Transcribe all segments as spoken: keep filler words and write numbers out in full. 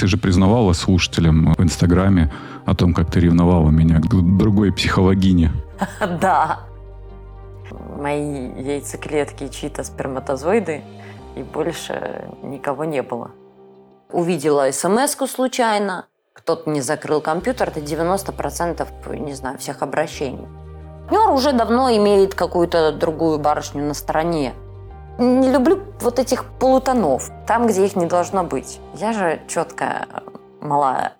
Ты же признавалась слушателям в Инстаграме о том, как ты ревновала меня к другой психологине. Да. Мои яйцеклетки, чьи-то сперматозоиды, и больше никого не было. Увидела смс-ку случайно, кто-то не закрыл компьютер, это девяносто процентов, не знаю, всех обращений. Партнер уже давно имеет какую-то другую барышню на стороне. Не люблю вот этих полутонов, там, где их не должно быть. Я же четкая, малая.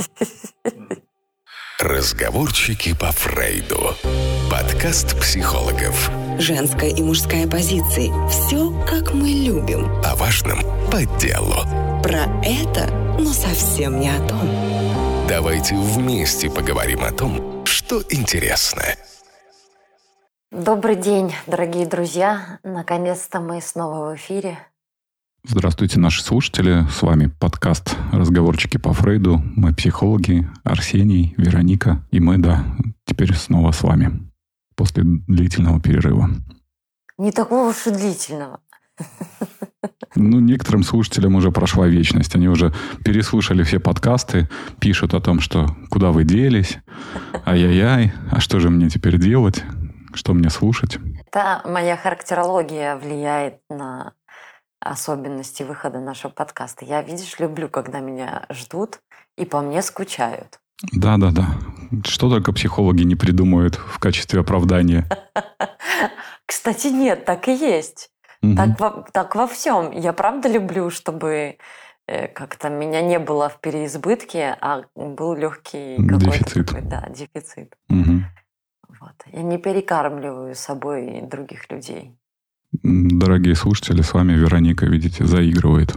Разговорчики по Фрейду. Подкаст психологов. Женская и мужская позиции. Все, как мы любим. О важном по делу. Про это, но совсем не о том. Давайте вместе поговорим о том, что интересно. Добрый день, дорогие друзья. Наконец-то мы снова в эфире. Здравствуйте, наши слушатели. С вами подкаст «Разговорчики по Фрейду». Мы психологи Арсений, Вероника. И мы, да, теперь снова с вами. После длительного перерыва. Не такого уж и длительного. Ну, некоторым слушателям уже прошла вечность. Они уже переслушали все подкасты, пишут о том, что куда вы делись, ай-яй-яй, а что же мне теперь делать, что мне слушать. Это моя характерология влияет на особенности выхода нашего подкаста. Я, видишь, люблю, когда меня ждут и по мне скучают. Да-да-да. Что только психологи не придумают в качестве оправдания. Кстати, нет, так и есть. Угу. Так, во, так во всем. Я правда люблю, чтобы э, как-то меня не было в переизбытке, а был легкий какой-то дефицит. Такой, да, дефицит. Угу. Вот. Я не перекармливаю собой других людей. Дорогие слушатели, с вами Вероника, видите, заигрывает.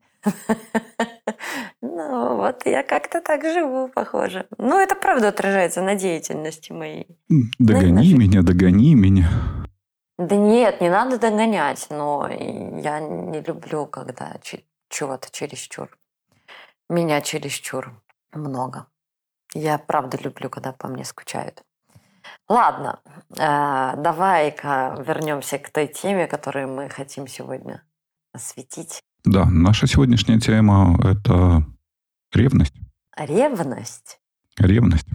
Ну, вот я как-то так живу, похоже. Ну, это правда отражается на деятельности моей. Догони меня, догони меня. Да нет, не надо догонять, но я не люблю, когда чего-то чересчур. Меня чересчур много. Я правда люблю, когда по мне скучают. Ладно, давай-ка вернемся к той теме, которую мы хотим сегодня осветить. Да, наша сегодняшняя тема – это ревность. Ревность? Ревность.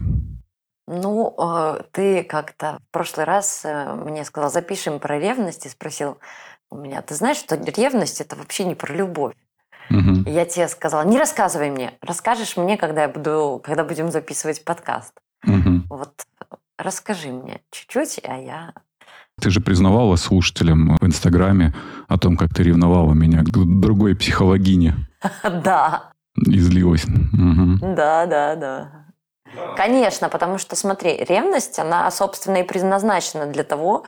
Ну, ты как-то в прошлый раз мне сказал, запишем про ревность, и спросил у меня, ты знаешь, что ревность – это вообще не про любовь. Угу. И я тебе сказала, не рассказывай мне, расскажешь мне, когда, я буду, когда будем записывать подкаст. Угу. Вот расскажи мне чуть-чуть, а я... Ты же признавалась слушателям в Инстаграме о том, как ты ревновала меня к другой психологине. Да. И злилась. Угу. Да, да, да. Конечно, потому что, смотри, ревность, она, собственно, и предназначена для того,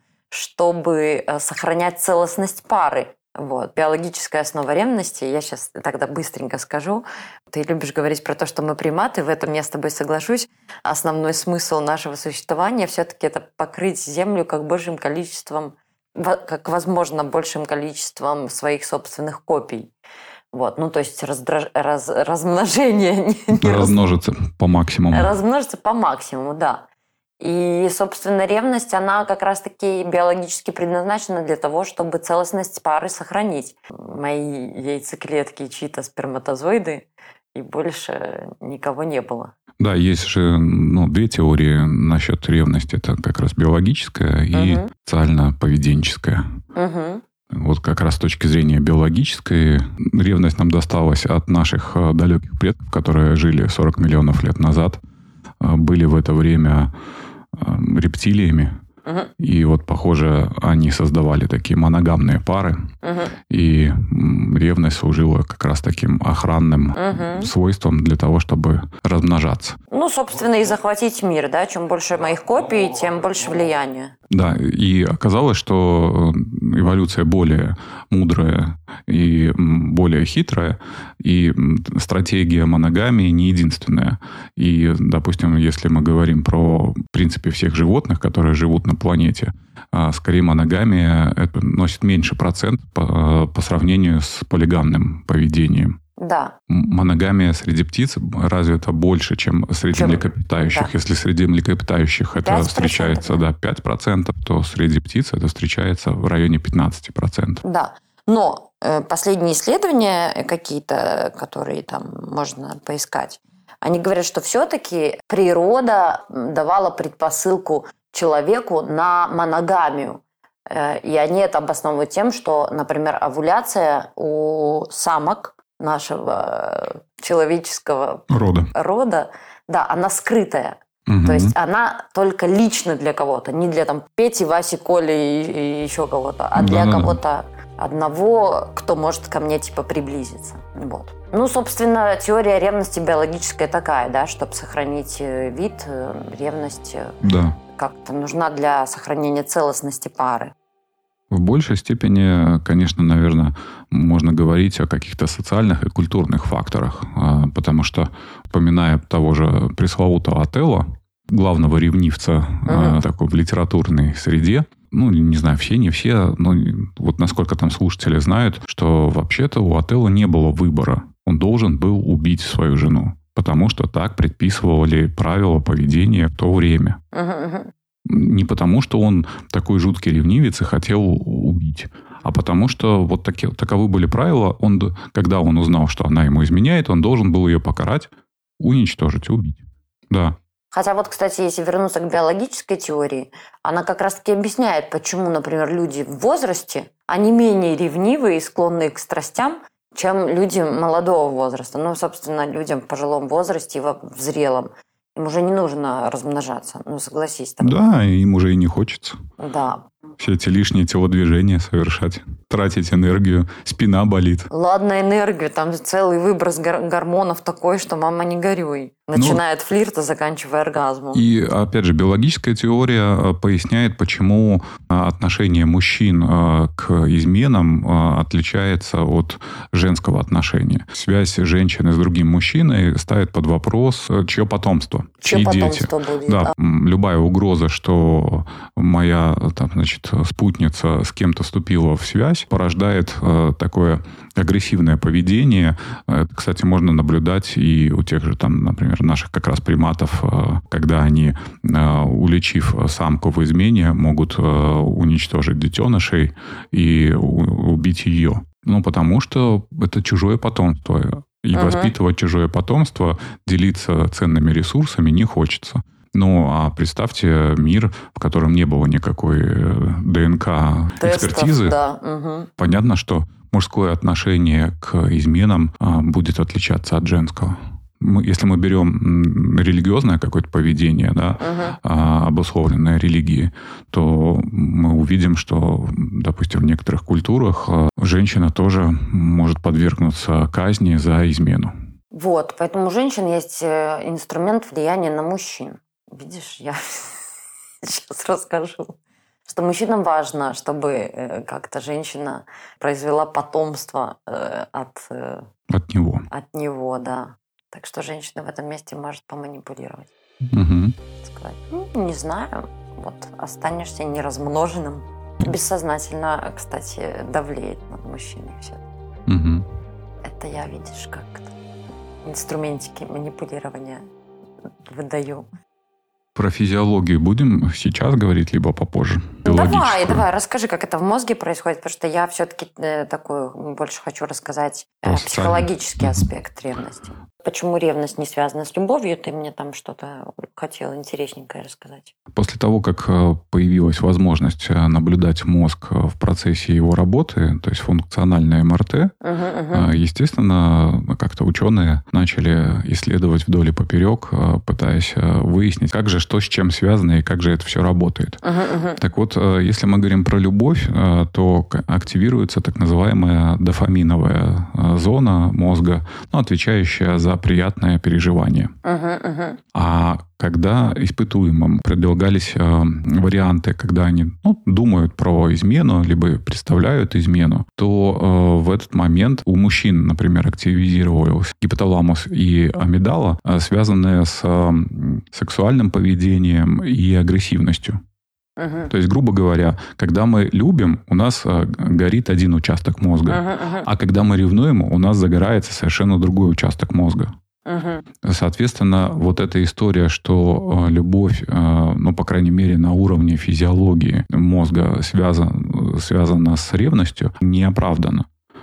чтобы сохранять целостность пары. Вот. Биологическая основа ревности, я сейчас тогда быстренько скажу. Ты любишь говорить про то, что мы приматы, в этом я с тобой соглашусь. Основной смысл нашего существования все-таки это покрыть Землю как большим количеством, как возможно большим количеством своих собственных копий. Вот, ну, то есть раздраж... раз... размножение... Размножиться по максимуму. Размножиться по максимуму, да. И, собственно, ревность, она как раз-таки биологически предназначена для того, чтобы целостность пары сохранить. Мои яйцеклетки, чьи-то сперматозоиды, и больше никого не было. Да, есть же ну, две теории насчет ревности. Это как раз биологическая и угу. социально-поведенческая. Угу. Вот как раз с точки зрения биологической ревность нам досталась от наших далеких предков, которые жили сорок миллионов лет назад, были в это время рептилиями. Uh-huh. И вот, похоже, они создавали такие моногамные пары. Uh-huh. И ревность служила как раз таким охранным uh-huh. свойством для того, чтобы размножаться. Ну, собственно, и захватить мир, да? Чем больше моих копий, тем больше влияния. Да, и оказалось, что эволюция более мудрая и более хитрая, и стратегия моногамии не единственная. И, допустим, если мы говорим про, в принципе, всех животных, которые живут на планете, скорее моногамия это носит меньше процент по, по сравнению с полигамным поведением. Да. Моногамия среди птиц развита больше, чем среди чем? млекопитающих. Да. Если среди млекопитающих это пять процентов встречается да, пять процентов, то среди птиц это встречается в районе пятнадцать процентов. Да. Но последние исследования какие-то, которые там можно поискать, они говорят, что все-таки природа давала предпосылку человеку на моногамию. И они это обосновывают тем, что, например, овуляция у самок нашего человеческого рода, рода да, она скрытая. Угу. То есть она только лично для кого-то, не для там, Пети, Васи, Коли и, и еще кого-то, а для да, кого-то одного, кто может ко мне типа приблизиться. Вот. Ну, собственно, теория ревности биологическая такая, да, чтобы сохранить вид, ревность да. как-то нужна для сохранения целостности пары. В большей степени, конечно, наверное, можно говорить о каких-то социальных и культурных факторах, потому что, вспоминая того же пресловутого Отелло, главного ревнивца uh-huh. такой в литературной среде, ну, не знаю, все, не все, но вот насколько там слушатели знают, что вообще-то у Отелло не было выбора. Он должен был убить свою жену, потому что так предписывали правила поведения в то время. Uh-huh. Не потому, что он такой жуткий ревнивец и хотел убить, а потому что вот таки, таковы были правила. Он, когда он узнал, что она ему изменяет, он должен был ее покарать, уничтожить, убить. Да. Хотя вот, кстати, если вернуться к биологической теории, она как раз-таки объясняет, почему, например, люди в возрасте, они менее ревнивые и склонны к страстям, чем люди молодого возраста. Ну, собственно, людям в пожилом возрасте и в зрелом. Им уже не нужно размножаться. Ну, согласись. Так. Да, им уже и не хочется. Да. Все эти лишние телодвижения совершать. Тратить энергию. Спина болит. Ладно, энергию. Там целый выброс гор- гормонов такой, что мама не горюй. Начиная от флирта, заканчивая оргазмом. И, опять же, биологическая теория поясняет, почему отношение мужчин к изменам отличается от женского отношения. Связь женщины с другим мужчиной ставит под вопрос, чье потомство, чьи дети. Потомство будет, да, да. Любая угроза, что моя там, значит, спутница с кем-то вступила в связь, порождает такое агрессивное поведение. Это, кстати, можно наблюдать и у тех же, там, например, наших как раз приматов, когда они, уличив самку в измене, могут уничтожить детенышей и убить ее. Ну, потому что это чужое потомство. И uh-huh. воспитывать чужое потомство, делиться ценными ресурсами не хочется. Ну, а представьте мир, в котором не было никакой ДНК-экспертизы. Да. Угу. Понятно, что мужское отношение к изменам а, будет отличаться от женского. Мы, если мы берем религиозное какое-то поведение, да, uh-huh. а, обусловленное религией, то мы увидим, что, допустим, в некоторых культурах а, женщина тоже может подвергнуться казни за измену. Вот, поэтому у женщин есть инструмент влияния на мужчин. Видишь, я сейчас расскажу, что мужчинам важно, чтобы как-то женщина произвела потомство от... От него. От него, да. Так что женщина в этом месте может поманипулировать. Угу. Сказать, ну, не знаю, вот останешься неразмноженным. Бессознательно, кстати, давлеет над мужчиной все. Угу. Это я, видишь, как-то инструментики манипулирования выдаю. Про физиологию будем сейчас говорить, либо попозже? Давай, давай, расскажи, как это в мозге происходит, потому что я все-таки э, такой больше хочу рассказать э, психологический mm-hmm. аспект ревности. Почему ревность не связана с любовью? Ты мне там что-то хотел интересненькое рассказать. После того, как появилась возможность наблюдать мозг в процессе его работы, то есть функциональное эм эр тэ, uh-huh, uh-huh. естественно, как-то ученые начали исследовать вдоль и поперек, пытаясь выяснить, как же, что с чем связано и как же это все работает. Uh-huh, uh-huh. Так вот, если мы говорим про любовь, то активируется так называемая дофаминовая зона мозга, ну, отвечающая за приятное переживание. Uh-huh, uh-huh. А когда испытуемым предлагались э, варианты, когда они ну, думают про измену, либо представляют измену, то э, в этот момент у мужчин, например, активизировался гипоталамус и амигдала, э, связанные с э, сексуальным поведением и агрессивностью. Uh-huh. То есть, грубо говоря, когда мы любим, у нас э, горит один участок мозга. Uh-huh, uh-huh. А когда мы ревнуем, у нас загорается совершенно другой участок мозга. Uh-huh. Соответственно, вот эта история, что э, любовь, э, ну, по крайней мере, на уровне физиологии мозга связан, связана с ревностью, не оправдана.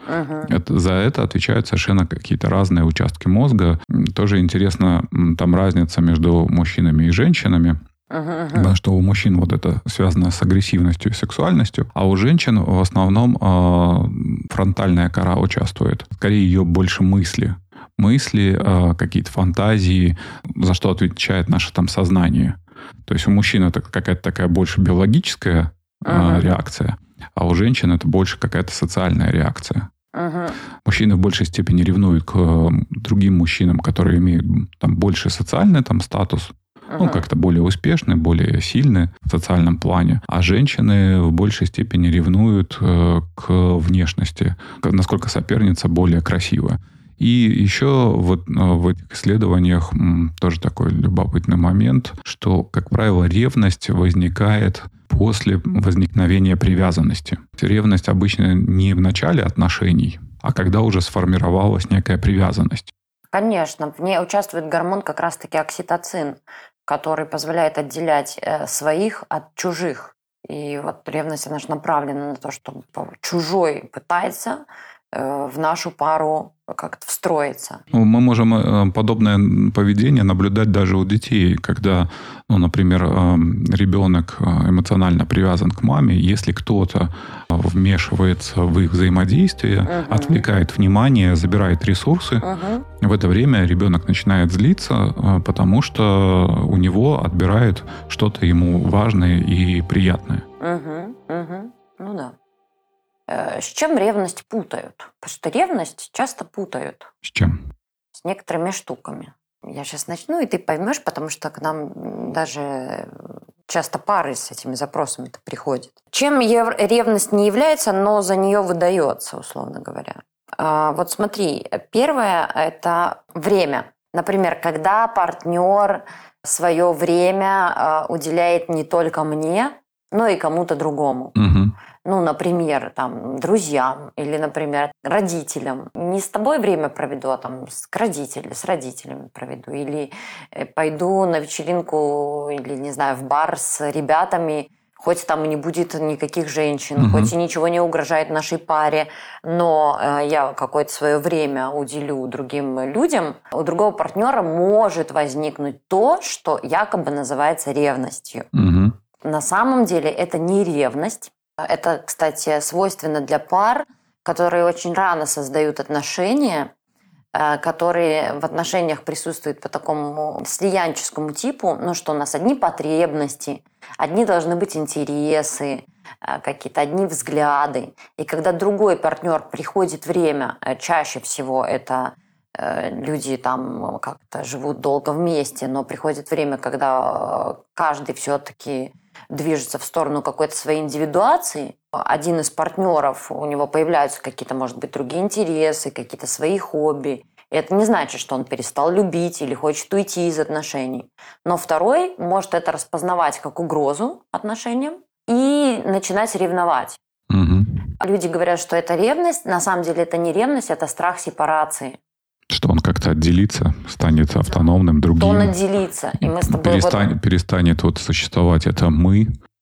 Угу. Это, за это отвечают совершенно какие-то разные участки мозга. Тоже интересно, там разница между мужчинами и женщинами. Uh-huh, uh-huh. Потому что у мужчин вот это связано с агрессивностью и сексуальностью, а у женщин в основном э, фронтальная кора участвует. Скорее ее больше мысли. Мысли, э, какие-то фантазии, за что отвечает наше там сознание. То есть у мужчин это какая-то такая больше биологическая э, uh-huh. реакция, а у женщин это больше какая-то социальная реакция. Uh-huh. Мужчины в большей степени ревнуют к э, другим мужчинам, которые имеют там больше социальный там статус, ну, uh-huh. как-то более успешны, более сильны в социальном плане. А женщины в большей степени ревнуют э, к внешности, к, насколько соперница более красивая. И еще вот э, в этих исследованиях м, тоже такой любопытный момент, что, как правило, ревность возникает после возникновения привязанности. Ревность обычно не в начале отношений, а когда уже сформировалась некая привязанность. Конечно, в ней участвует гормон как раз-таки окситоцин, который позволяет отделять своих от чужих. И вот ревность, она же направлена на то, что чужой пытается в нашу пару как-то встроиться. Мы можем подобное поведение наблюдать даже у детей, когда, ну, например, ребенок эмоционально привязан к маме, если кто-то вмешивается в их взаимодействие, угу. отвлекает внимание, забирает ресурсы, угу. в это время ребенок начинает злиться, потому что у него отбирают что-то ему важное и приятное. Угу, угу. Ну да. С чем ревность путают? Потому что ревность часто путают. С чем? С некоторыми штуками. Я сейчас начну, и ты поймешь, потому что к нам даже часто пары с этими запросами-то приходят. Чем ревность не является, но за нее выдается, условно говоря. Вот смотри, первое – это время. Например, когда партнер свое время уделяет не только мне, но и кому-то другому. Угу. Ну, например, там, друзьям или, например, родителям. Не с тобой время проведу, а там с родителями, с родителями проведу. Или пойду на вечеринку, или, не знаю, в бар с ребятами, хоть там и не будет никаких женщин, угу. хоть и ничего не угрожает нашей паре, но я какое-то свое время уделю другим людям. У другого партнера может возникнуть то, что якобы называется ревностью. Угу. На самом деле это не ревность. Это, кстати, свойственно для пар, которые очень рано создают отношения, которые в отношениях присутствуют по такому слиянческому типу, ну что у нас одни потребности, одни должны быть интересы, какие-то одни взгляды. И когда другой партнер приходит время, чаще всего это люди там как-то живут долго вместе, но приходит время, когда каждый все-таки движется в сторону какой-то своей индивидуации. Один из партнеров, у него появляются какие-то, может быть, другие интересы, какие-то свои хобби. И это не значит, что он перестал любить или хочет уйти из отношений. Но второй может это распознавать как угрозу отношениям и начинать ревновать. Угу. Люди говорят, что это ревность. На самом деле это не ревность, это страх сепарации. Что он как-то отделится, станет автономным, другим. То он отделится. И мы с тобой Перестань, вот... Перестанет вот существовать это «мы».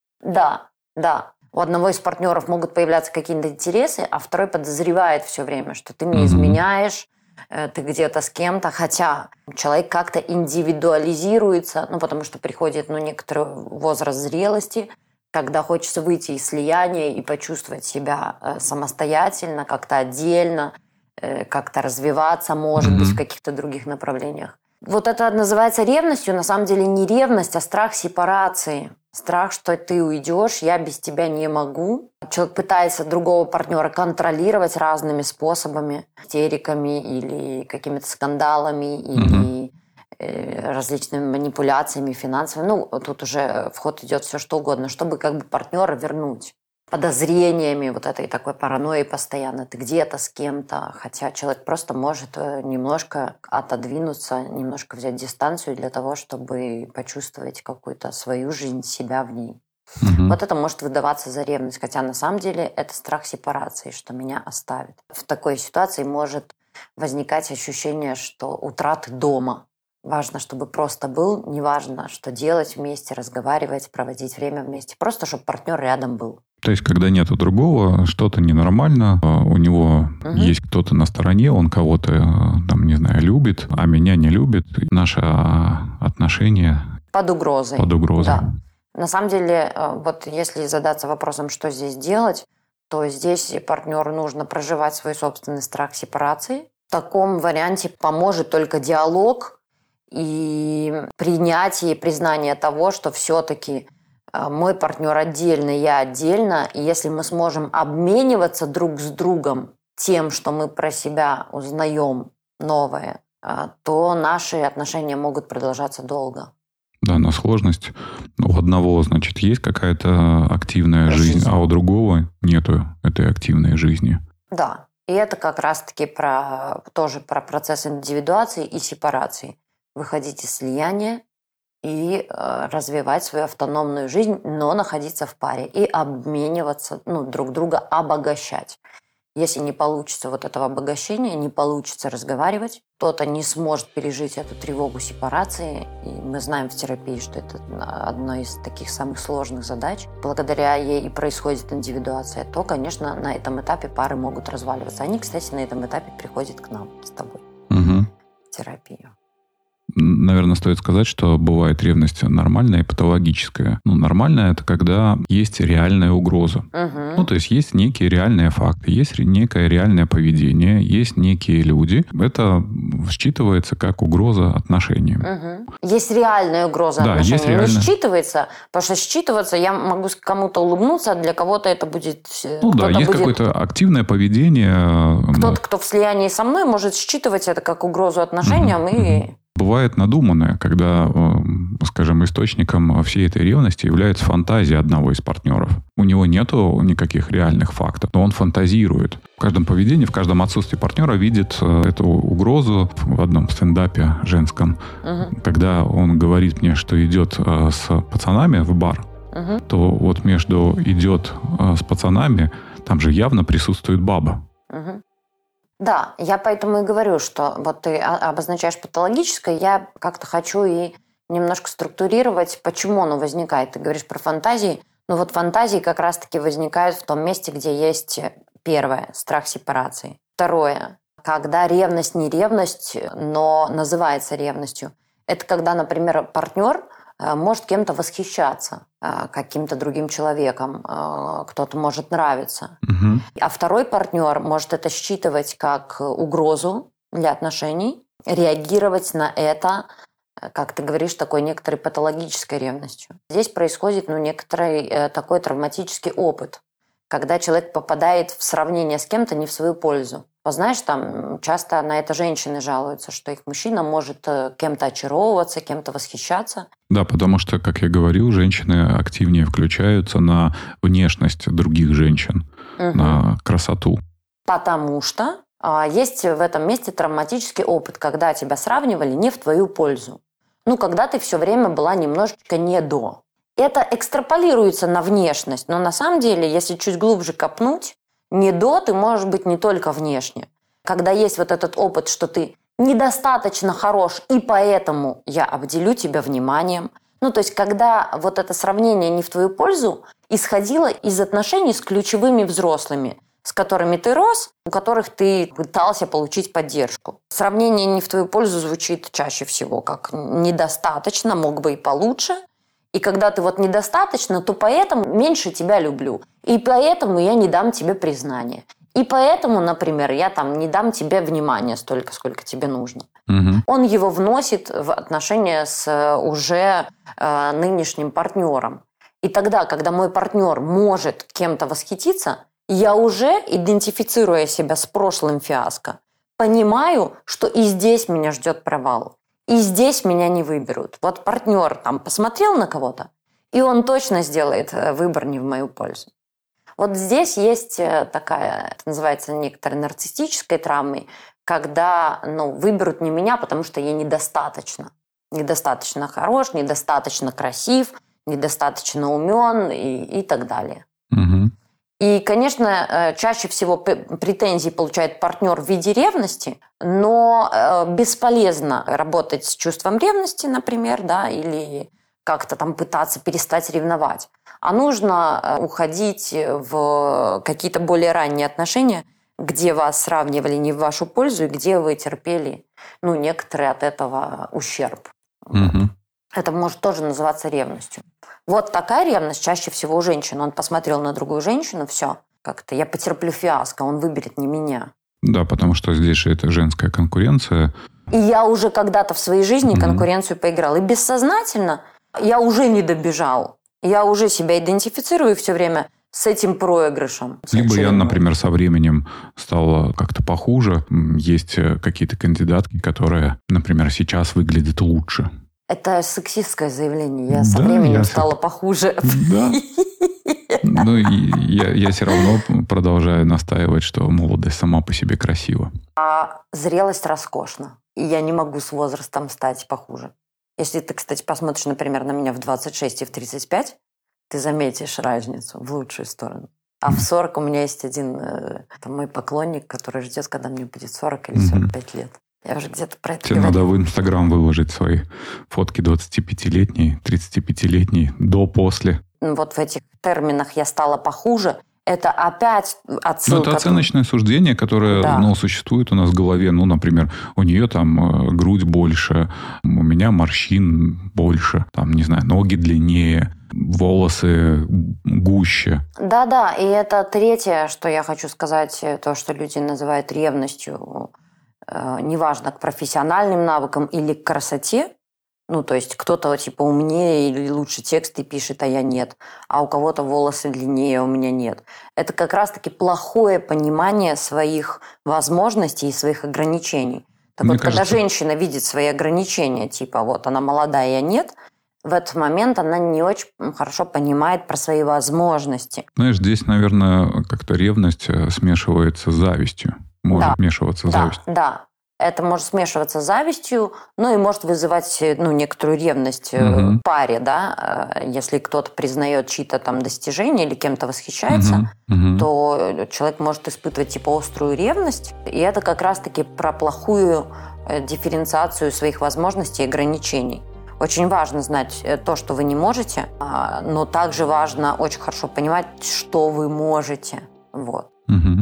Да, да. У одного из партнеров могут появляться какие-то интересы, а второй подозревает все время, что ты мне угу. изменяешь, ты где-то с кем-то. Хотя человек как-то индивидуализируется, ну, потому что приходит ну, некоторый возраст зрелости, когда хочется выйти из слияния и почувствовать себя самостоятельно, как-то отдельно, как-то развиваться, может mm-hmm. быть, в каких-то других направлениях. Вот это называется ревностью. На самом деле не ревность, а страх сепарации. Страх, что ты уйдешь, я без тебя не могу. Человек пытается другого партнера контролировать разными способами, истериками или какими-то скандалами, или mm-hmm. различными манипуляциями финансовыми. Ну, тут уже в ход идет все что угодно, чтобы как бы партнера вернуть. Подозрениями, вот этой такой паранойей постоянно. Ты где-то с кем-то. Хотя человек просто может немножко отодвинуться, немножко взять дистанцию для того, чтобы почувствовать какую-то свою жизнь, себя в ней. Угу. Вот это может выдаваться за ревность. Хотя на самом деле это страх сепарации, что меня оставит. В такой ситуации может возникать ощущение, что утраты дома. Важно, чтобы просто был, неважно, что делать вместе, разговаривать, проводить время вместе. Просто, чтобы партнер рядом был. То есть, когда нету другого, что-то ненормально, у него угу. есть кто-то на стороне, он кого-то, там, не знаю, любит, а меня не любит. Наши отношения под угрозой. Под угрозой. Да. На самом деле, вот если задаться вопросом, что здесь делать, то здесь партнеру нужно проживать свой собственный страх сепарации. В таком варианте поможет только диалог и принятие и признание того, что все-таки мой партнер отдельно, я отдельно. И если мы сможем обмениваться друг с другом тем, что мы про себя узнаем новое, то наши отношения могут продолжаться долго. Да, но сложность у одного, значит, есть какая-то активная жизнь, жизнь, а у другого нету этой активной жизни. Да, и это как раз-таки про, тоже про процесс индивидуации и сепарации. Выходить из слияния и э, развивать свою автономную жизнь, но находиться в паре и обмениваться, ну, друг друга обогащать. Если не получится вот этого обогащения, не получится разговаривать, кто-то не сможет пережить эту тревогу сепарации. И мы знаем в терапии, что это одна из таких самых сложных задач. Благодаря ей и происходит индивидуация. То, конечно, на этом этапе пары могут разваливаться. Они, кстати, на этом этапе приходят к нам с тобой угу. в терапию. Наверное, стоит сказать, что бывает ревность нормальная и патологическая. Ну, нормальная – это когда есть реальная угроза. Угу. Ну, то есть есть некие реальные факты, есть некое реальное поведение, есть некие люди. Это считывается как угроза отношениям. Угу. Есть реальная угроза да, отношениям. Есть реальная... Не считывается, потому что считываться я могу кому-то улыбнуться, а для кого-то это будет... Ну да, есть будет... какое-то активное поведение. Кто-то, кто в слиянии со мной, может считывать это как угрозу отношениям угу. и... Бывает надуманное, когда, скажем, источником всей этой ревности является фантазия одного из партнеров. У него нету никаких реальных фактов, но он фантазирует. В каждом поведении, в каждом отсутствии партнера видит эту угрозу. В одном стендапе женском, угу. когда он говорит мне, что идет с пацанами в бар, угу. то вот между идет с пацанами, там же явно присутствует баба. Угу. Да, я поэтому и говорю, что вот ты обозначаешь патологическое, я как-то хочу и немножко структурировать, почему оно возникает. Ты говоришь про фантазии, но вот фантазии как раз-таки возникают в том месте, где есть первое – страх сепарации. Второе – когда ревность не ревность, но называется ревностью. Это когда, например, партнер может кем-то восхищаться, каким-то другим человеком, кто-то может нравиться. Угу. А второй партнер может это считывать как угрозу для отношений, реагировать на это, как ты говоришь, такой некоторой патологической ревностью. Здесь происходит ну, некоторый такой травматический опыт, когда человек попадает в сравнение с кем-то не в свою пользу. Вот знаешь, там часто на это женщины жалуются, что их мужчина может кем-то очаровываться, кем-то восхищаться. Да, потому что, как я говорил, женщины активнее включаются на внешность других женщин, угу. на красоту. Потому что а, есть в этом месте травматический опыт, когда тебя сравнивали не в твою пользу. Ну, когда ты все время была немножечко не до. Это экстраполируется на внешность, но на самом деле, если чуть глубже копнуть, не до ты можешь быть не только внешне. Когда есть вот этот опыт, что ты недостаточно хорош, и поэтому я обделю тебя вниманием. Ну, то есть, когда вот это сравнение не в твою пользу исходило из отношений с ключевыми взрослыми, с которыми ты рос, у которых ты пытался получить поддержку. Сравнение не в твою пользу звучит чаще всего как недостаточно, мог бы и получше. И когда ты вот недостаточно, то поэтому меньше тебя люблю. И поэтому я не дам тебе признания. И поэтому, например, я там не дам тебе внимания столько, сколько тебе нужно. Угу. Он его вносит в отношения с уже э, нынешним партнером. И тогда, когда мой партнер может кем-то восхититься, я уже, идентифицируя себя с прошлым фиаско, понимаю, что и здесь меня ждет провал. И здесь меня не выберут. Вот партнер там посмотрел на кого-то, и он точно сделает выбор не в мою пользу. Вот здесь есть такая, это называется некоторой нарциссической травмой, когда ну, выберут не меня, потому что я недостаточно. Недостаточно хорош, недостаточно красив, недостаточно умен и, и так далее. Угу. И, конечно, чаще всего претензии получает партнер в виде ревности, но бесполезно работать с чувством ревности, например, да, или как-то там пытаться перестать ревновать, а нужно уходить в какие-то более ранние отношения, где вас сравнивали не в вашу пользу, и где вы терпели, ну, некоторый от этого ущерб. Угу. Это может тоже называться ревностью. Вот такая ревность чаще всего у женщин. Он посмотрел на другую женщину, все, как-то я потерплю фиаско, он выберет не меня. Да, потому что здесь же это женская конкуренция. И я уже когда-то в своей жизни mm-hmm. конкуренцию поиграл. И бессознательно я уже не добежал. Я уже себя идентифицирую все время с этим проигрышем. Либо я, например, со временем стала как-то похуже. Есть какие-то кандидатки, которые, например, сейчас выглядят лучше. Это сексистское заявление. Я да, со временем я... стала похуже. Да. Ну, я, я все равно продолжаю настаивать, что молодость сама по себе красива. А зрелость роскошна. И я не могу с возрастом стать похуже. Если ты, кстати, посмотришь, например, на меня в двадцать шесть и в тридцать пять, ты заметишь разницу в лучшую сторону. А в сорок у меня есть один там, мой поклонник, который ждет, когда мне будет сорок или сорок пять лет. Я уже где-то про это Тебе говорила. надо в Инстаграм выложить свои фотки двадцатипятилетней, тридцатипятилетней, до-после. Вот в этих терминах я стала похуже. Это опять отсылка. Ну, это оценочное суждение, которое да. ну, существует у нас в голове. Ну, например, у нее там э, грудь больше, у меня морщин больше, там, не знаю, ноги длиннее, волосы гуще. Да-да, и это третье, что я хочу сказать, то, что люди называют ревностью, э, неважно, к профессиональным навыкам или к красоте. Ну, то есть кто-то типа умнее или лучше тексты пишет, а я нет. А у кого-то волосы длиннее, а у меня нет. Это как раз-таки плохое понимание своих возможностей и своих ограничений. Так Мне вот, кажется... когда женщина видит свои ограничения, типа вот она молодая, а я нет, в этот момент она не очень хорошо понимает про свои возможности. Знаешь, здесь, наверное, как-то ревность смешивается с завистью. Может да. смешиваться с да, завистью. Да, это может смешиваться с завистью, ну и может вызывать ну, некоторую ревность угу. в паре, да. Если кто-то признает чьи-то там достижения или кем-то восхищается, угу. Угу. то человек может испытывать типа острую ревность. И это как раз-таки про плохую дифференциацию своих возможностей и ограничений. Очень важно знать то, что вы не можете, но также важно очень хорошо понимать, что вы можете. Вот. Угу.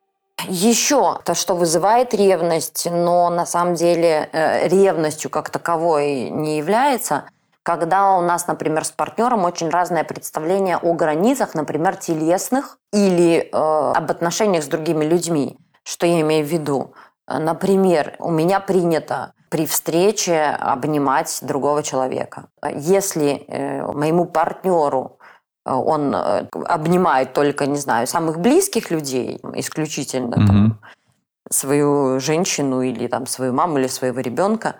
Еще то, что вызывает ревность, но на самом деле э, ревностью как таковой не является, когда у нас, например, с партнером очень разное представление о границах, например, телесных или э, об отношениях с другими людьми. Что я имею в виду? Например, у меня принято при встрече обнимать другого человека. Если э, моему партнеру он обнимает только, не знаю, самых близких людей, исключительно mm-hmm. там, свою женщину или там, свою маму или своего ребенка,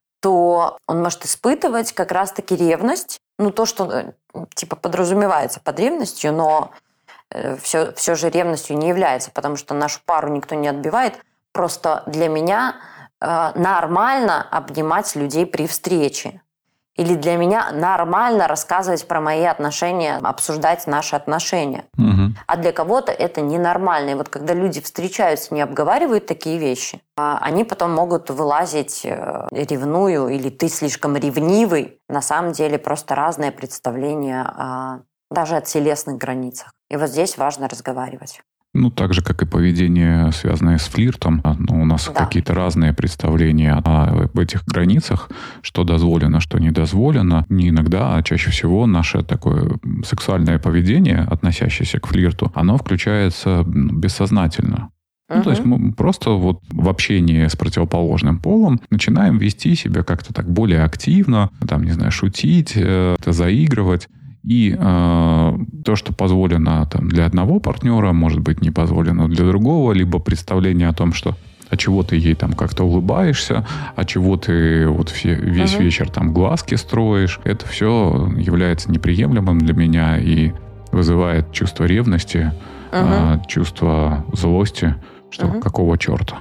то он может испытывать как раз-таки ревность. Ну, то, что типа подразумевается под ревностью, но все, все же ревностью не является, потому что нашу пару никто не отбивает. Просто для меня э, нормально обнимать людей при встрече. Или для меня нормально рассказывать про мои отношения, обсуждать наши отношения. Угу. А для кого-то это ненормально. И вот когда люди встречаются, не обговаривают такие вещи, они потом могут вылазить ревную или ты слишком ревнивый. На самом деле просто разное представление о, даже о телесных границах. И вот здесь важно разговаривать. Ну, так же, как и поведение, связанное с флиртом. Ну, у нас да. какие-то разные представления об этих границах, что дозволено, что не дозволено. Не иногда, а чаще всего наше такое сексуальное поведение, относящееся к флирту, оно включается бессознательно. Ну, то есть мы просто вот в общении с противоположным полом начинаем вести себя как-то так более активно, там, не знаю, шутить, э, заигрывать. И э, то, что позволено там, для одного партнера, может быть, не позволено для другого, либо представление о том, что а чего ты ей там как-то улыбаешься, а чего ты вот все, весь uh-huh. вечер там глазки строишь, это все является неприемлемым для меня и вызывает чувство ревности, uh-huh. э, чувство злости, что uh-huh. какого черта.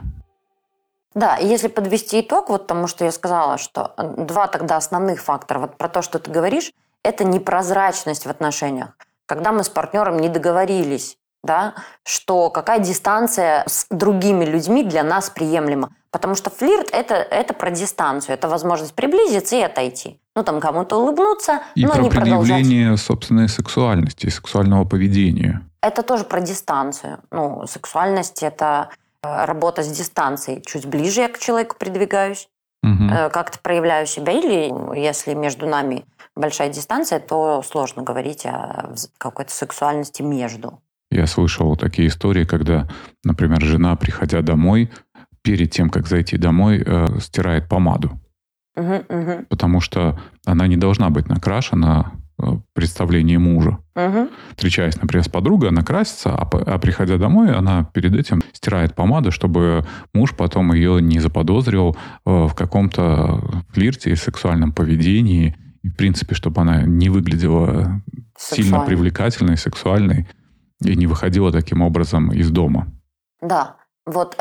Да, и если подвести итог, вот тому, что я сказала, что два тогда основных фактора, вот про то, что ты говоришь, это непрозрачность в отношениях. Когда мы с партнером не договорились, да, что какая дистанция с другими людьми для нас приемлема. Потому что флирт это, – это про дистанцию, это возможность приблизиться и отойти. Ну, там кому-то улыбнуться, и но про не продолжать. предъявление собственной сексуальности, сексуального поведения. Это тоже про дистанцию. Ну, сексуальность – это работа с дистанцией. Чуть ближе я к человеку придвигаюсь, угу. как-то проявляю себя. Или если между нами большая дистанция, то сложно говорить о какой-то сексуальности между. Я слышал такие истории, когда, например, жена, приходя домой, перед тем, как зайти домой, э, стирает помаду. Угу, угу. Потому что она не должна быть накрашена в представлении мужа. Угу. Встречаясь, например, с подругой, она красится, а, а приходя домой, она перед этим стирает помаду, чтобы муж потом ее не заподозрил в каком-то флирте и сексуальном поведении. И, в принципе, чтобы она не выглядела сильно привлекательной, сексуальной и не выходила таким образом из дома. Да. Вот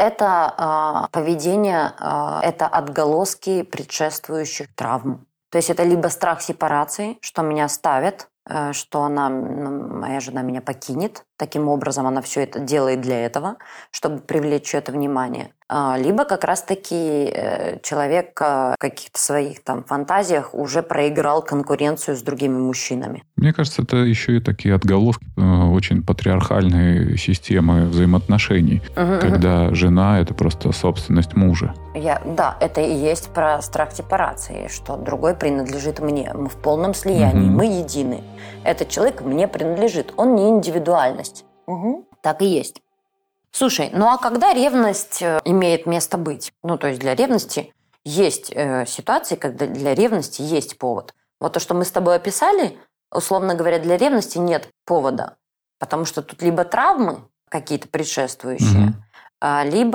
это э, поведение, э, это отголоски предшествующих травм. То есть это либо страх сепарации, что меня ставят, э, что она, моя жена меня покинет. Таким образом она все это делает для этого, чтобы привлечь чье-то внимание. Э, либо как раз-таки э, человек э, в каких-то своих там фантазиях уже проиграл конкуренцию с другими мужчинами. Мне кажется, это еще и такие отголоски э, очень патриархальной системы взаимоотношений, угу, когда угу. жена – это просто собственность мужа. Я, да, это и есть про страх сепарации, что другой принадлежит мне. Мы в полном слиянии, угу. мы едины. Этот человек мне принадлежит, он не индивидуальность. Угу. Так и есть. Слушай, ну а когда ревность имеет место быть? Ну, то есть для ревности есть э, ситуации, когда для ревности есть повод. Вот то, что мы с тобой описали, условно говоря, для ревности нет повода, потому что тут либо травмы какие-то предшествующие, mm-hmm. либо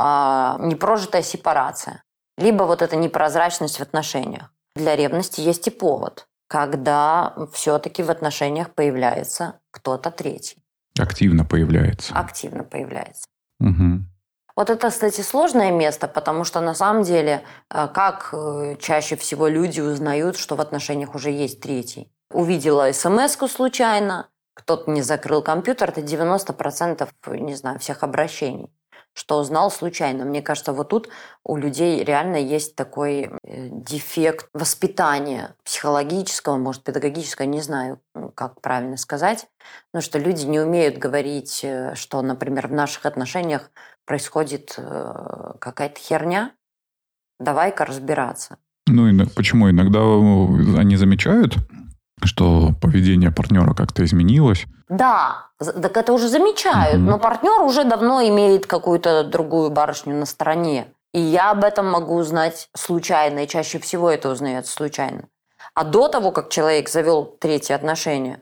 а, непрожитая сепарация, либо вот эта непрозрачность в отношениях. Для ревности есть и повод, когда все-таки в отношениях появляется кто-то третий. Активно появляется. Активно появляется. Угу. Вот это, кстати, сложное место, потому что на самом деле, как чаще всего люди узнают, что в отношениях уже есть третий. Увидела смс-ку случайно, кто-то не закрыл компьютер, это девяносто процентов, не знаю, всех обращений, что узнал случайно. Мне кажется, вот тут у людей реально есть такой дефект воспитания психологического, может, педагогического, не знаю, как правильно сказать, но что люди не умеют говорить, что, например, в наших отношениях происходит какая-то херня, давай-ка разбираться. Ну, и почему? Иногда они замечают, что поведение партнера как-то изменилось. Да, так это уже замечают, угу. но партнер уже давно имеет какую-то другую барышню на стороне. И я об этом могу узнать случайно, и чаще всего это узнается случайно. А до того, как человек завел третьи отношения,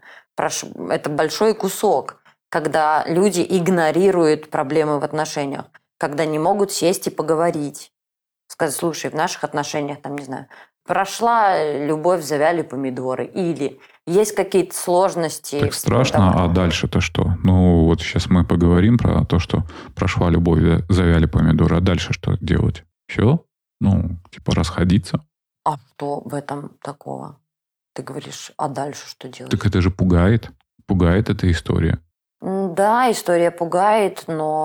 это большой кусок, когда люди игнорируют проблемы в отношениях, когда не могут сесть и поговорить. Сказать, слушай, в наших отношениях, там, не знаю, прошла любовь, завяли помидоры. Или есть какие-то сложности. Так страшно, а дальше-то что? Ну, вот сейчас мы поговорим про то, что прошла любовь, завяли помидоры. А дальше что делать? Все? Ну, типа расходиться. А что в этом такого? Ты говоришь, а дальше что делать? Так это же пугает. Пугает эта история. Да, история пугает,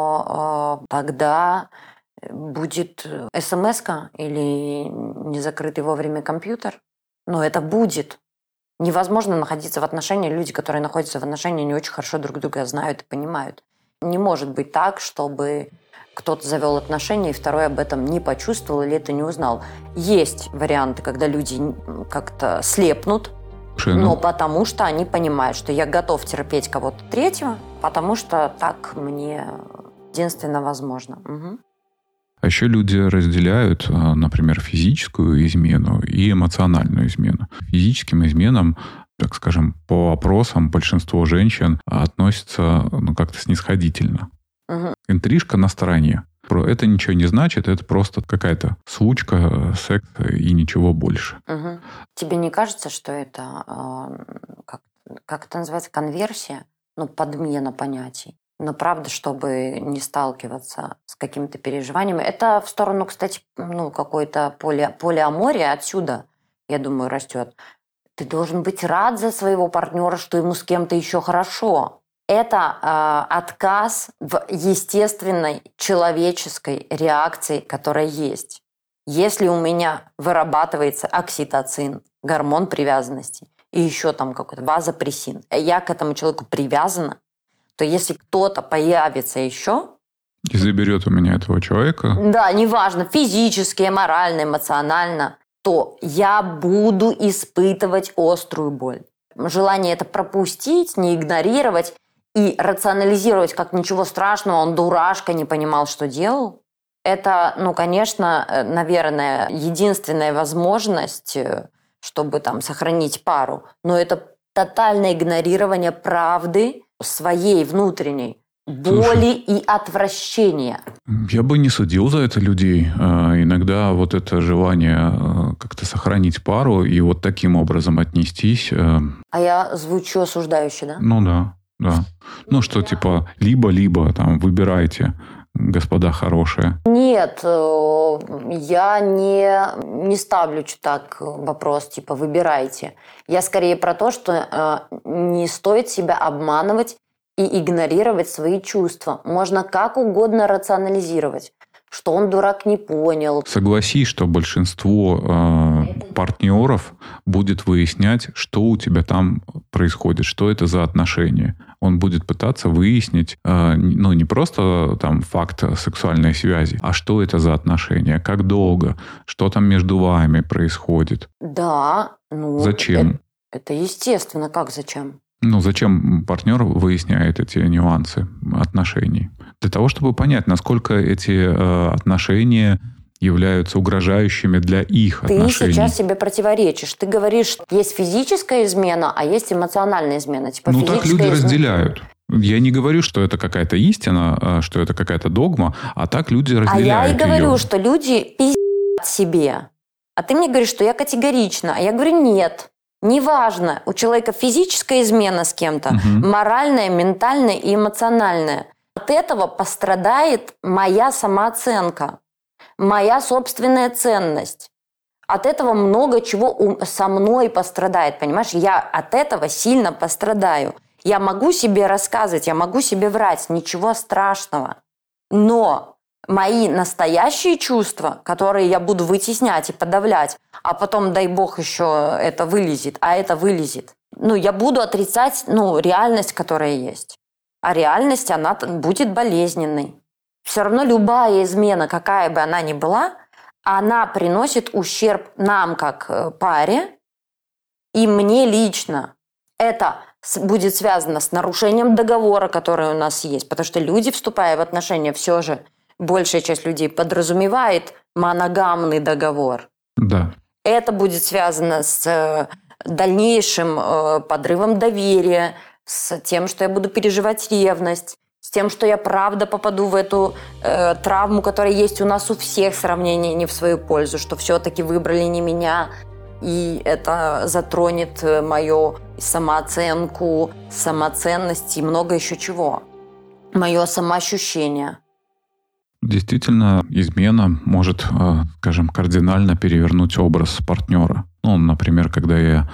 но э, тогда будет смс-ка или незакрытый вовремя компьютер. Но это будет. Невозможно находиться в отношениях. Люди, которые находятся в отношениях, не очень хорошо друг друга знают и понимают. Не может быть так, чтобы кто-то завел отношения, и второй об этом не почувствовал или это не узнал. Есть варианты, когда люди как-то слепнут, Шину. но потому что они понимают, что я готов терпеть кого-то третьего, потому что так мне единственно возможно. Угу. А еще люди разделяют, например, физическую измену и эмоциональную измену. К физическим изменам, так скажем, по опросам большинство женщин относятся ну, как-то снисходительно. Угу. Интрижка на стороне. Это ничего не значит, это просто какая-то случка, секс и ничего больше. Угу. Тебе не кажется, что это, э, как, как это называется, конверсия? Ну, подмена понятий. Но правда, чтобы не сталкиваться с какими-то переживаниями. Это в сторону, кстати, ну, какой-то поли, полиамория отсюда, я думаю, растет. Ты должен быть рад за своего партнера, что ему с кем-то еще хорошо. Это э, отказ в естественной человеческой реакции, которая есть. Если у меня вырабатывается окситоцин, гормон привязанности, и еще там какой-то вазопрессин, я к этому человеку привязана, то если кто-то появится еще... И заберет у меня этого человека. Да, неважно, физически, морально, эмоционально, то я буду испытывать острую боль. Желание это пропустить, не игнорировать и рационализировать, как ничего страшного, он дурашка, не понимал, что делал. Это, ну, конечно, наверное, единственная возможность, чтобы там сохранить пару. Но это тотальное игнорирование правды своей внутренней. Боли Слушай, и отвращения. Я бы не судил за это людей. Иногда вот это желание как-то сохранить пару и вот таким образом отнестись... А я звучу осуждающе, да? Ну да, да. Ну что, типа, либо-либо, там, выбирайте, господа хорошие. Нет, я не, не ставлю так вопрос, типа, выбирайте. Я скорее про то, что не стоит себя обманывать и игнорировать свои чувства. Можно как угодно рационализировать, что он, дурак, не понял. Согласись, что большинство э, партнеров будет выяснять, что у тебя там происходит, что это за отношения. Он будет пытаться выяснить, э, ну, не просто там факт сексуальной связи, а что это за отношения, как долго, что там между вами происходит. Да. Ну, зачем? Это, это естественно. Как зачем? Ну, зачем партнер выясняет эти нюансы отношений? Для того, чтобы понять, насколько эти э, отношения являются угрожающими для их Ты отношений. Ты сейчас себе противоречишь. Ты говоришь, что есть физическая измена, а есть эмоциональная измена. Типа, ну, так люди измена... разделяют. Я не говорю, что это какая-то истина, что это какая-то догма, а так люди разделяют ее. А я и говорю, ее. Что люди пиздят себе. А ты мне говоришь, что я категорична. А я говорю, нет. Неважно, у человека физическая измена с кем-то, угу. моральная, ментальная и эмоциональная. От этого пострадает моя самооценка, моя собственная ценность. От этого много чего со мной пострадает, понимаешь? Я от этого сильно пострадаю. Я могу себе рассказывать, я могу себе врать, ничего страшного. Но мои настоящие чувства, которые я буду вытеснять и подавлять, а потом, дай бог, еще это вылезет, а это вылезет. Ну, я буду отрицать, ну, реальность, которая есть. А реальность, она будет болезненной. Все равно любая измена, какая бы она ни была, она приносит ущерб нам, как паре, и мне лично. Это будет связано с нарушением договора, который у нас есть. Потому что люди, вступая в отношения, все же большая часть людей подразумевает моногамный договор. Да. Это будет связано с дальнейшим подрывом доверия, с тем, что я буду переживать ревность, с тем, что я правда попаду в эту э, травму, которая есть у нас у всех, сравнение не в свою пользу, что все-таки выбрали не меня, и это затронет мою самооценку, самоценность и много еще чего. Мое самоощущение. Действительно, измена может, скажем, кардинально перевернуть образ партнера. Ну, например, когда я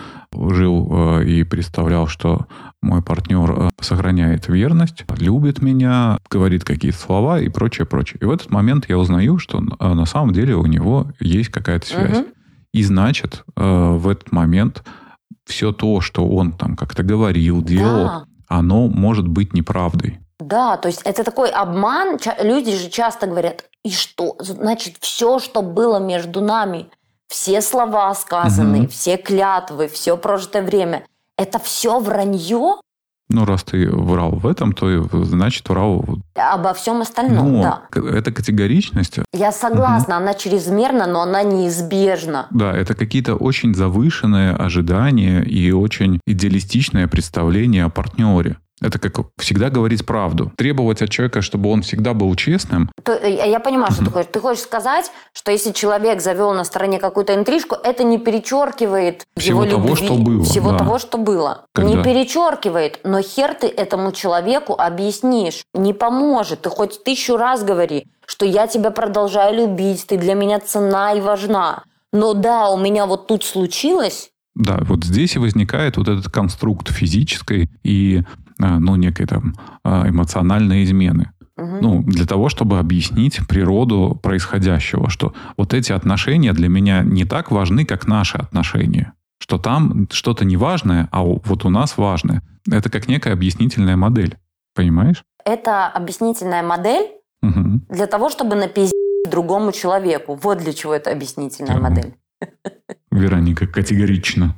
жил и представлял, что мой партнер сохраняет верность, любит меня, говорит какие-то слова и прочее, прочее. И в этот момент я узнаю, что на самом деле у него есть какая-то связь. Угу. И значит, в этот момент все то, что он там как-то говорил, делал, да. оно может быть неправдой. Да, то есть это такой обман. Люди же часто говорят, и что? Значит, все, что было между нами, все слова сказанные, угу. все клятвы, все прожитое время, это все вранье? Ну, раз ты врал в этом, то значит врал... Обо всем остальном, ну, да. Это категоричность. Я согласна, угу. она чрезмерна, но она неизбежна. Да, это какие-то очень завышенные ожидания и очень идеалистичное представление о партнере. Это как всегда говорить правду. Требовать от человека, чтобы он всегда был честным. То, я понимаю, что ты хочешь. Ты хочешь сказать, что если человек завел на стороне какую-то интрижку, это не перечеркивает всего его того, любви, что было. Всего да. того, что было. Когда? Не перечеркивает, но хер ты этому человеку объяснишь. Не поможет. Ты хоть тысячу раз говори, что я тебя продолжаю любить, ты для меня ценна и важна. Но да, у меня вот тут случилось... Да, вот здесь и возникает вот этот конструкт физической и ну, некой там эмоциональной измены. Угу. Ну, для того, чтобы объяснить природу происходящего, что вот эти отношения для меня не так важны, как наши отношения. что там что-то неважное, а вот у нас важное. Это как некая объяснительная модель. Понимаешь? Это объяснительная модель угу. для того, чтобы напиздить другому человеку. Вот для чего это объяснительная угу. модель. Вероника, категорично.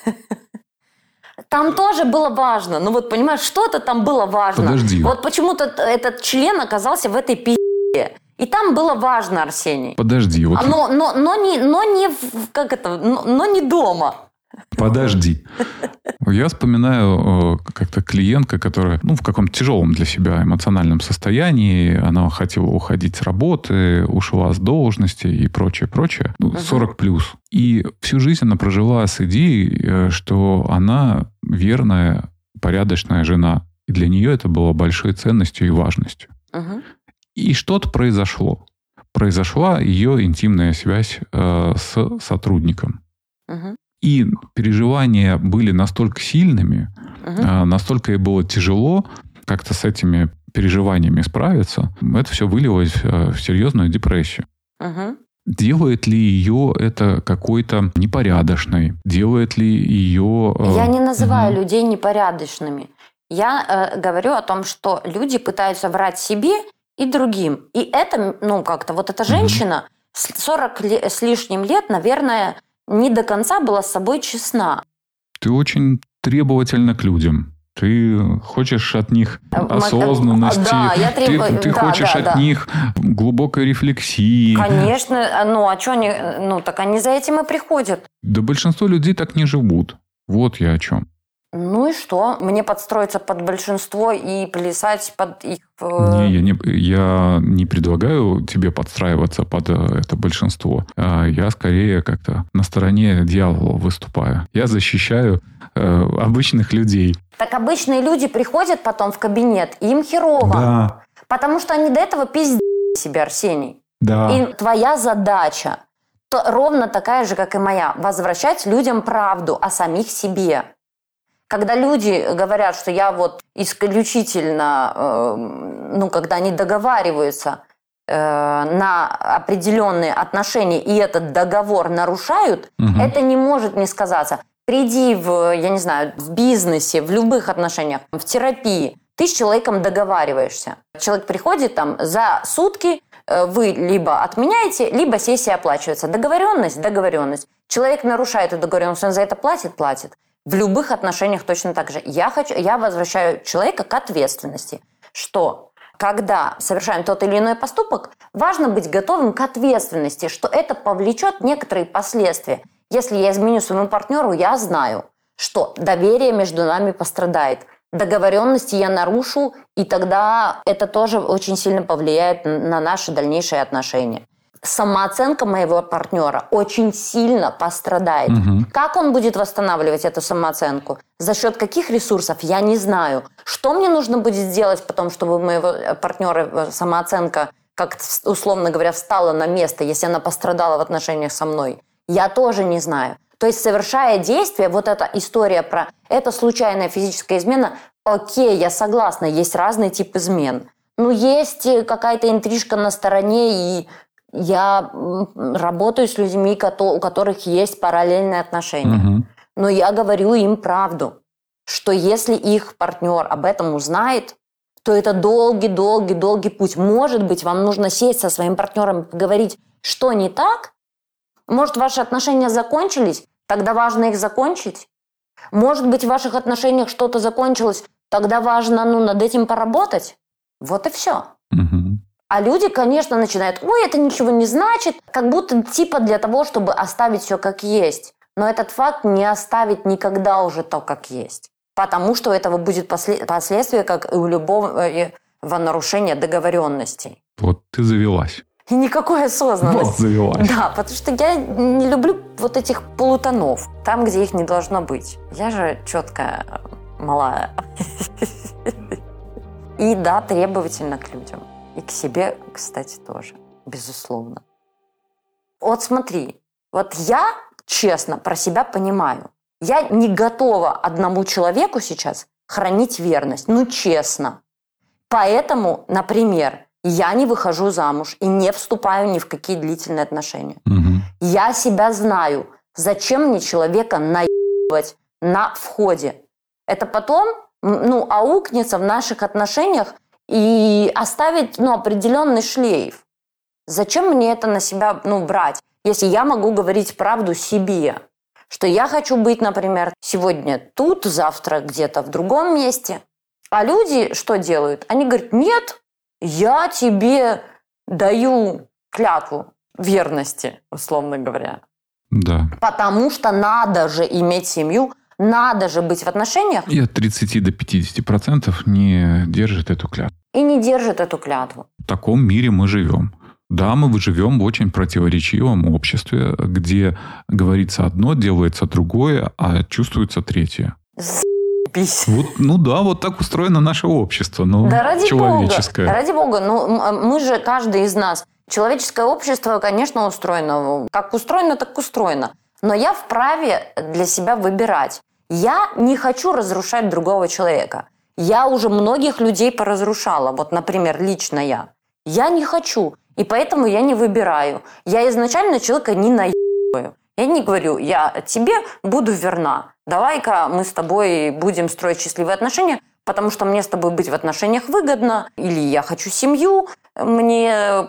Там тоже было важно. Ну вот, понимаешь, что-то там было важно. Подожди. Вот почему-то этот член оказался в этой пи***е. И там было важно, Арсений. Подожди. Вот... Но, но, но, не, но не как это, но, но не дома. Подожди. Я вспоминаю как-то клиентка, которая ну, в каком-то тяжелом для себя эмоциональном состоянии. Она хотела уходить с работы, ушла с должности и прочее, прочее. Ну, сорок плюс. И всю жизнь она прожила с идеей, что она верная, порядочная жена. И для нее это было большой ценностью и важностью. Угу. И что-то произошло. Произошла ее интимная связь э, с сотрудником. Угу. И переживания были настолько сильными, uh-huh. настолько ей было тяжело как-то с этими переживаниями справиться. Это все вылилось в серьезную депрессию. Uh-huh. Делает ли ее это какой-то непорядочной? Делает ли ее... Я не называю uh-huh. людей непорядочными. Я э, говорю о том, что люди пытаются врать себе и другим. И это, ну, как-то, вот эта женщина uh-huh. сорок ли, с лишним лет, наверное... не до конца была с собой честна. Ты очень требовательна к людям. Ты хочешь от них осознанности. Да, я требую... Ты, ты да, хочешь да, от да. них глубокой рефлексии. Конечно. Ну, а что они... Ну, так они за этим и приходят. Да большинство людей так не живут. Вот я о чем. Ну и что? Мне подстроиться под большинство и плясать под их... Не, я не, я не предлагаю тебе подстраиваться под это большинство. Я скорее как-то на стороне дьявола выступаю. Я защищаю э, обычных людей. Так обычные люди приходят потом в кабинет, и им херово. Да. Потому что они до этого пиздят себя, Арсений. Да. И твоя задача то ровно такая же, как и моя. Возвращать людям правду о самих себе. Когда люди говорят, что я вот исключительно, э, ну, когда они договариваются э, на определенные отношения, и этот договор нарушают, угу. это не может не сказаться. Приди в, я не знаю, в бизнесе, в любых отношениях, в терапии, ты с человеком договариваешься. Человек приходит там за сутки, э, вы либо отменяете, либо сессия оплачивается. Договоренность, договоренность. Человек нарушает эту договоренность, он за это платит, платит. В любых отношениях точно так же. Я, хочу, я возвращаю человека к ответственности. Что, когда совершаем тот или иной поступок, важно быть готовым к ответственности, что это повлечет некоторые последствия. Если я изменю своему партнеру, я знаю, что доверие между нами пострадает. Договоренности я нарушу, и тогда это тоже очень сильно повлияет на наши дальнейшие отношения. Самооценка моего партнера очень сильно пострадает. Угу. Как он будет восстанавливать эту самооценку? За счет каких ресурсов? Я не знаю. Что мне нужно будет сделать потом, чтобы у моего партнера самооценка, как условно говоря, встала на место, если она пострадала в отношениях со мной? Я тоже не знаю. То есть, совершая действие, вот эта история про это случайная физическая измена, окей, я согласна, есть разный тип измен. Но есть какая-то интрижка на стороне, и я работаю с людьми, у которых есть параллельные отношения. Угу. Но я говорю им правду, что если их партнер об этом узнает, то это долгий-долгий-долгий путь. Может быть, вам нужно сесть со своим партнером и поговорить, что не так. Может, ваши отношения закончились, тогда важно их закончить. Может быть, в ваших отношениях что-то закончилось, тогда важно ну, над этим поработать. Вот и все. Угу. А люди, конечно, начинают, ой, это ничего не значит, как будто типа для того, чтобы оставить все как есть. Но этот факт не оставит никогда уже то, как есть. Потому что у этого будет после- последствия, как и у любого нарушения договоренностей. Вот ты завелась. И никакой осознанности. Вот завелась. Да, потому что я не люблю вот этих полутонов, там, где их не должно быть. Я же четкая, малая. И да, требовательна к людям. И к себе, кстати, тоже, безусловно. Вот смотри, вот я честно про себя понимаю, я не готова одному человеку сейчас хранить верность, ну честно. Поэтому, например, я не выхожу замуж и не вступаю ни в какие длительные отношения. Угу. Я себя знаю. Зачем мне человека наебывать на входе? Это потом, ну, аукнется в наших отношениях и оставить, ну, определенный шлейф. Зачем мне это на себя, ну, брать, если я могу говорить правду себе? Что я хочу быть, например, сегодня тут, завтра где-то в другом месте. А люди что делают? Они говорят, нет, я тебе даю клятву верности, условно говоря. Да. Потому что надо же иметь семью, надо же быть в отношениях. И от тридцати до пятидесяти процентов не держит эту клятву. И не держит эту клятву. В таком мире мы живем. Да, мы живем в очень противоречивом обществе, где говорится одно, делается другое, а чувствуется третье. За***бись. Вот, ну да, вот так устроено наше общество. Ну, да ради человеческое. Бога, ради бога. Ну, мы же, каждый из нас, человеческое общество, конечно, устроено. Как устроено, так устроено. Но я вправе для себя выбирать. Я не хочу разрушать другого человека. Я уже многих людей поразрушала. Вот, например, лично я. Я не хочу. И поэтому я не выбираю. Я изначально человека не наебываю. Я не говорю, я тебе буду верна. Давай-ка мы с тобой будем строить счастливые отношения, потому что мне с тобой быть в отношениях выгодно. Или я хочу семью, мне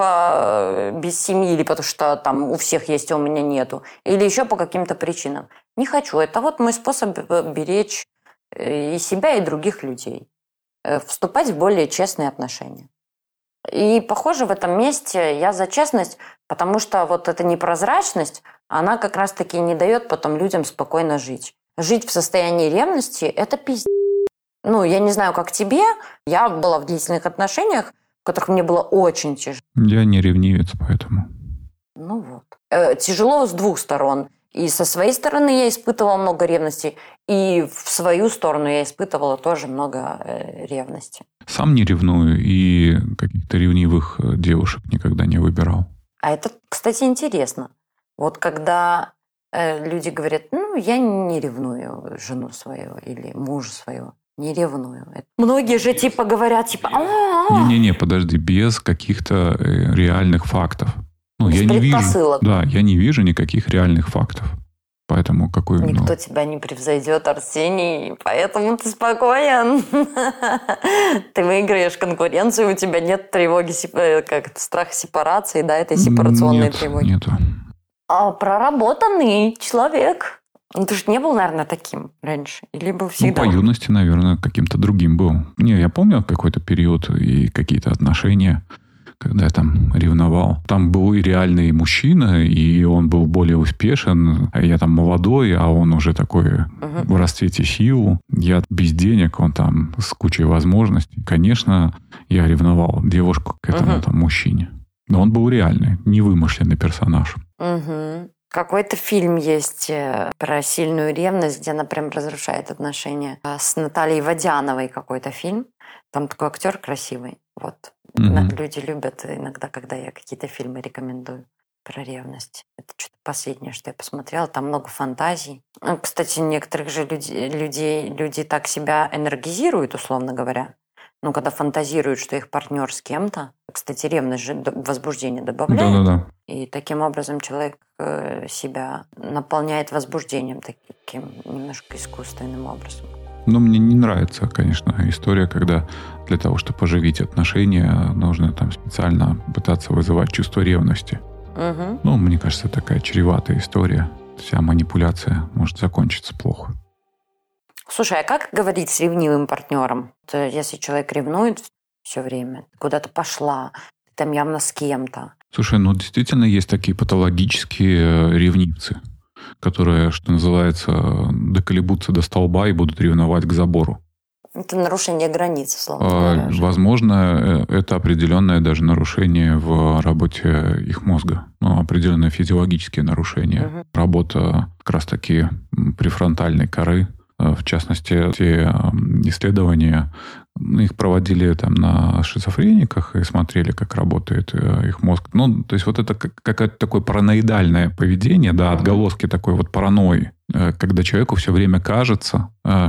плохо без семьи, или потому что там у всех есть, а у меня нету. Или еще по каким-то причинам. Не хочу. Это вот мой способ беречь и себя, и других людей. Вступать в более честные отношения. И, похоже, в этом месте я за честность, потому что вот эта непрозрачность, она как раз-таки не дает потом людям спокойно жить. Жить в состоянии ревности – это пиздец. Ну, я не знаю, как тебе. Я была в длительных отношениях, в которых мне было очень тяжело. Я не ревнивец, поэтому. Ну вот. Э, тяжело с двух сторон. И со своей стороны я испытывала много ревности, и в свою сторону я испытывала тоже много э, ревности. Сам не ревную, и каких-то ревнивых девушек никогда не выбирал. А это, кстати, интересно. Вот когда э, люди говорят, ну, я не ревную жену свою или мужа своего. Не ревную. Многие же типа говорят, типа... Не-не-не, подожди, без каких-то реальных фактов. Ну, без я не вижу, да, я не вижу никаких реальных фактов. Поэтому какой... Никто ну... тебя не превзойдет, Арсений, поэтому ты спокоен. Ты выиграешь конкуренцию, у тебя нет тревоги, как страха сепарации, да, этой сепарационной нет, тревоги. Нету. А проработанный человек. Ну, ты же не был, наверное, таким раньше? Или был всегда? Ну, по юности, наверное, каким-то другим был. Не, я помню какой-то период и какие-то отношения, когда я там ревновал. Там был и реальный мужчина, и он был более успешен. А я там молодой, а он уже такой uh-huh. в расцвете сил. Я без денег, он там с кучей возможностей. Конечно, я ревновал девушку к этому uh-huh. там мужчине. Но он был реальный, невымышленный персонаж. Uh-huh. Какой-то фильм есть про сильную ревность, где она прям разрушает отношения. С Натальей Водяновой какой-то фильм. Там такой актер красивый. Вот. Mm-hmm. Люди любят иногда, когда я какие-то фильмы рекомендую про ревность. Это что-то последнее, что я посмотрела. Там много фантазий. Кстати, некоторых же людей, людей, люди так себя энергизируют, условно говоря. Ну, когда фантазируют, что их партнер с кем-то. Кстати, ревность же возбуждение добавляет. Да-да-да. И таким образом человек себя наполняет возбуждением таким немножко искусственным образом. Ну, мне не нравится, конечно, история, когда для того, чтобы оживить отношения, нужно там специально пытаться вызывать чувство ревности. Угу. Ну, мне кажется, такая чреватая история. Вся манипуляция может закончиться плохо. Слушай, а как говорить с ревнивым партнером? Если человек ревнует все время, куда-то пошла, там явно с кем-то. Слушай, ну действительно есть такие патологические ревнивцы, которые, что называется, доколебутся до столба и будут ревновать к забору. Это нарушение границ, условно говоря. Возможно, это определенное даже нарушение в работе их мозга. Ну, определенное физиологические нарушения. Угу. Работа как раз-таки префронтальной коры. В частности, те исследования, их проводили там на шизофрениках и смотрели, как работает их мозг. Ну, то есть вот это какое-то такое параноидальное поведение, да, отголоски такой вот паранойи. когда человеку все время кажется,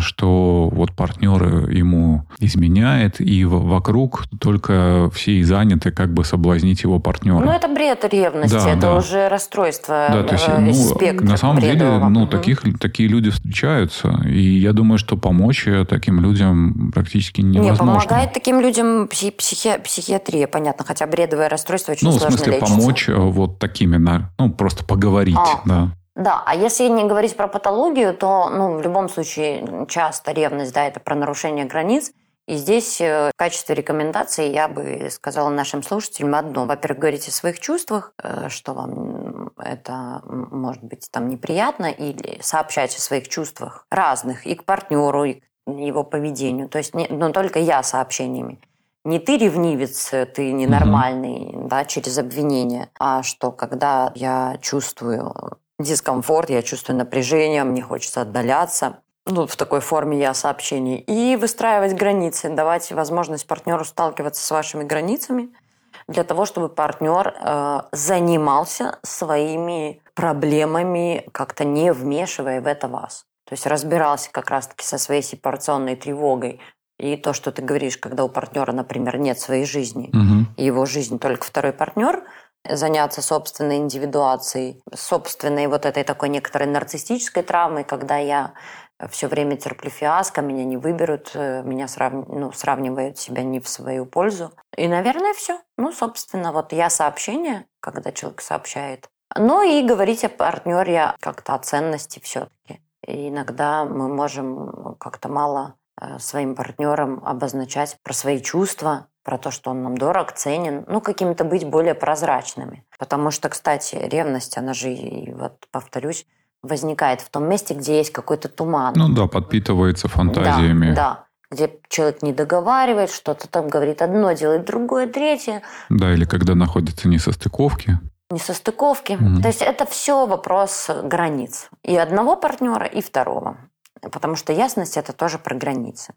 что вот партнер ему изменяет, и вокруг только все и заняты как бы соблазнить его партнера. Ну, это бред ревности, да, это да. уже расстройство, да, то есть, ну, спектра на самом бредового. деле, ну, угу. таких, такие люди встречаются, и я думаю, что помочь таким людям практически невозможно. Не, помогает таким людям психи... психиатрия, понятно, хотя бредовое расстройство очень ну, сложно лечится. Ну, в смысле, помочь вот такими, ну, просто поговорить, а. да. Да, а если не говорить про патологию, то ну, в любом случае часто ревность, да, это про нарушение границ. И здесь в качестве рекомендации я бы сказала нашим слушателям одно. Во-первых, говорите о своих чувствах, что вам это может быть там неприятно, или сообщайте о своих чувствах разных и к партнеру, и к его поведению. То есть не, ну, только я сообщениями. Не ты ревнивец, ты ненормальный, mm-hmm. да, через обвинение, а что когда я чувствую дискомфорт, я чувствую напряжение, мне хочется отдаляться. Ну, в такой форме я сообщений. И выстраивать границы, давать возможность партнеру сталкиваться с вашими границами для того, чтобы партнер э, занимался своими проблемами, как-то не вмешивая в это вас. То есть разбирался как раз-таки со своей сепарационной тревогой. И то, что ты говоришь, когда у партнера, например, нет своей жизни, угу. и его жизнь только второй партнер, заняться собственной индивидуацией, собственной вот этой такой некоторой нарциссической травмой, когда я все время терплю фиаско, меня не выберут, меня срав... ну, сравнивают себя не в свою пользу. И, наверное, все. Ну, собственно, вот я сообщение, когда человек сообщает. Ну и говорить о партнере как-то о ценности все-таки. И иногда мы можем как-то мало своим партнерам обозначать про свои чувства, про то, что он нам дорог, ценен, ну, какими-то быть более прозрачными. Потому что, кстати, ревность, она же, и вот повторюсь, возникает в том месте, где есть какой-то туман. Ну да, подпитывается фантазиями. Да, да, где человек не договаривает, что-то там говорит одно, делает другое, третье. Да, или когда находятся несостыковки. Несостыковки. Mm-hmm. То есть это все вопрос границ. И одного партнера, и второго. Потому что ясность – это тоже про границы.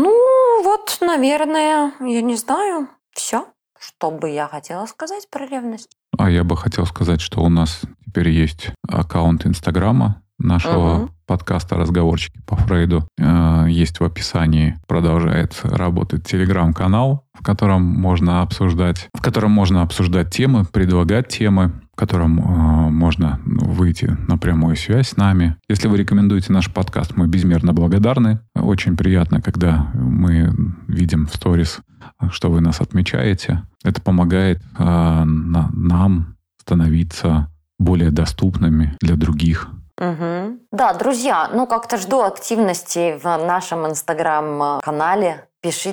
Ну, вот, наверное, я не знаю, все, что бы я хотела сказать про ревность. А я бы хотел сказать, что у нас теперь есть аккаунт Инстаграма нашего угу. подкаста «Разговорчики по Фрейду». Есть в описании, продолжает работать Телеграм-канал, в котором можно обсуждать, в котором можно обсуждать темы, предлагать темы, в котором э, можно выйти на прямую связь с нами. Если вы рекомендуете наш подкаст, мы безмерно благодарны. Очень приятно, когда мы видим в сторис, что вы нас отмечаете. Это помогает э, на, нам становиться более доступными для других. Угу. Да, друзья, ну как-то жду активности в нашем инстаграм-канале.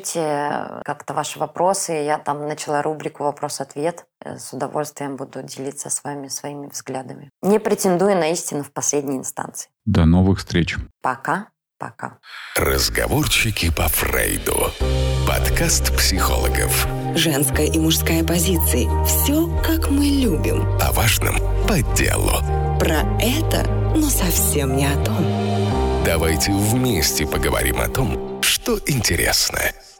Пишите как-то ваши вопросы. Я там начала рубрику «Вопрос-ответ». С удовольствием буду делиться с вами своими взглядами. Не претендуя на истину в последней инстанции. До новых встреч. Пока. Пока. Разговорчики по Фрейду. Подкаст психологов. Женская и мужская позиции. Все, как мы любим. О важном по делу. Про это, но совсем не о том. Давайте вместе поговорим о том, что интересно.